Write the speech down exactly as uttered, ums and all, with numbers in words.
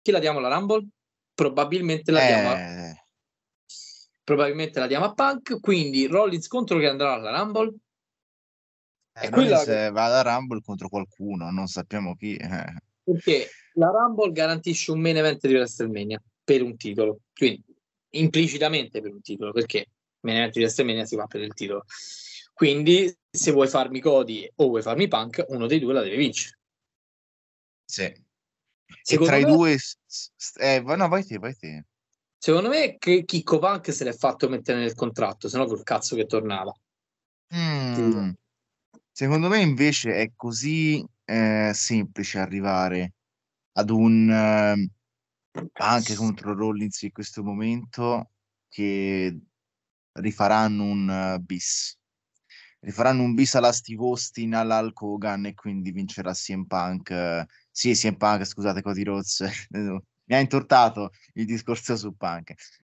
Chi la diamo la Rumble? Probabilmente la diamo a Eh. probabilmente la diamo a Punk, quindi Rollins contro chi andrà alla Rumble? Eh, È quella la Rollins ques va alla Rumble contro qualcuno, non sappiamo chi, eh. Perché la Rumble garantisce un main event di WrestleMania per un titolo, quindi implicitamente per un titolo, perché main event di WrestleMania si fa per il titolo. Quindi se vuoi farmi Cody o vuoi farmi Punk, uno dei due la deve vincere. Sì. E tra Secondo i me due s s eh, va no, vai te, vai te. secondo me che Chicco Punk se l'è fatto mettere nel contratto, se no col cazzo che tornava. Ti dico. Mhmm, secondo me invece è così, ehm, semplice arrivare ad un Punk contro Rollins in questo momento, che rifaranno un bis. Rifaranno un bis alla Steve Austin, alla Hulk Hogan e quindi vincerà C M Punk sì, C M Punk scusate, Cody Rhodes mi ha intortato il discorso su Punk.